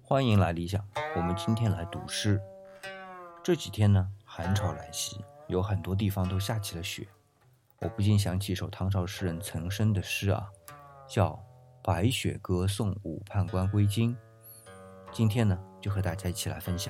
欢迎来理想，我们今天来读诗。这几天呢，寒潮来袭，有很多地方都下起了雪。我不禁想起一首唐朝诗人岑参的诗叫《白雪歌送武判官归京》。今天呢，就和大家一起来分享。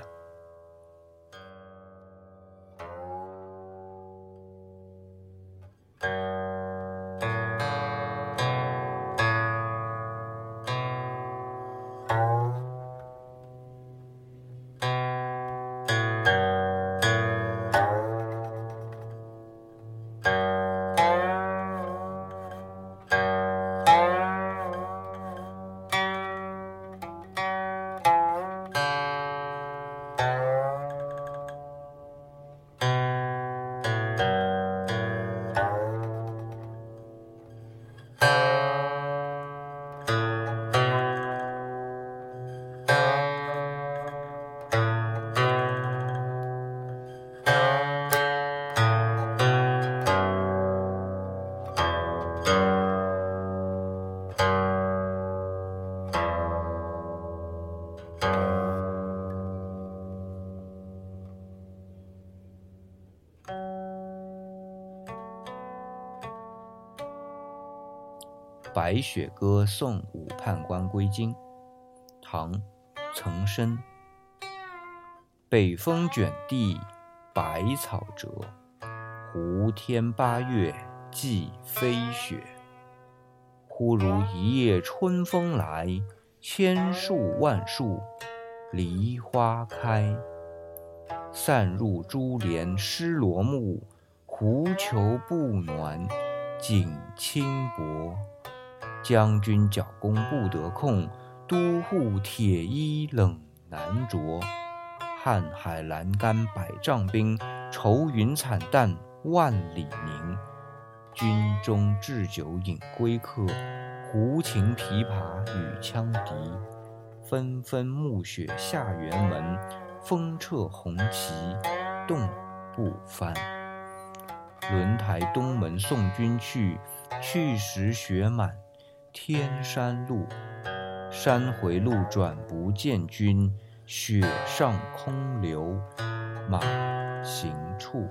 白雪歌送武判官归京，唐·岑参。北风卷地白草折，胡天八月既飞雪。忽如一夜春风来，千树万树梨花开。散入珠帘湿罗幕，狐裘不暖锦衾薄。将军角弓不得控，都护铁衣冷难着。瀚海阑干百丈冰，愁云惨淡万里凝。军中置酒饮归客，胡琴琵琶与羌笛。纷纷暮雪下辕门，风掣红旗动不翻。轮台东门送君去，去时雪满天山路。山回路转不见君，雪上空留马行处。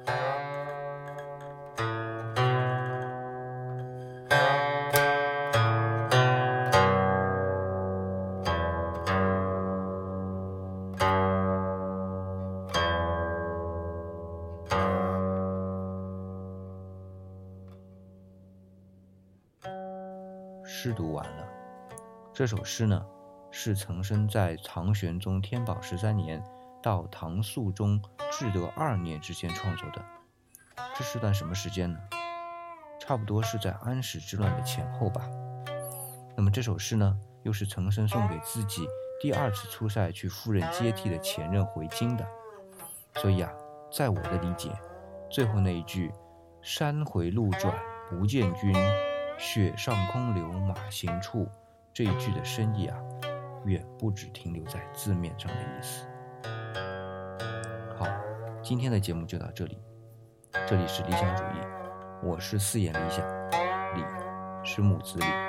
诗读完了。这首诗呢，是岑参在唐玄宗天宝13年到唐肃宗至德2年之间创作的。这是段什么时间呢？差不多是在安史之乱的前后吧。那么这首诗呢，又是岑参送给自己第2次出塞去夫人接替的前任回京的。所以在我的理解，最后那一句山回路转不见君，雪上空留马行处，这一句的深意远不只停留在字面上的意思。好，今天的节目就到这里。这里是理想主义，我是四眼理想，理是木子李。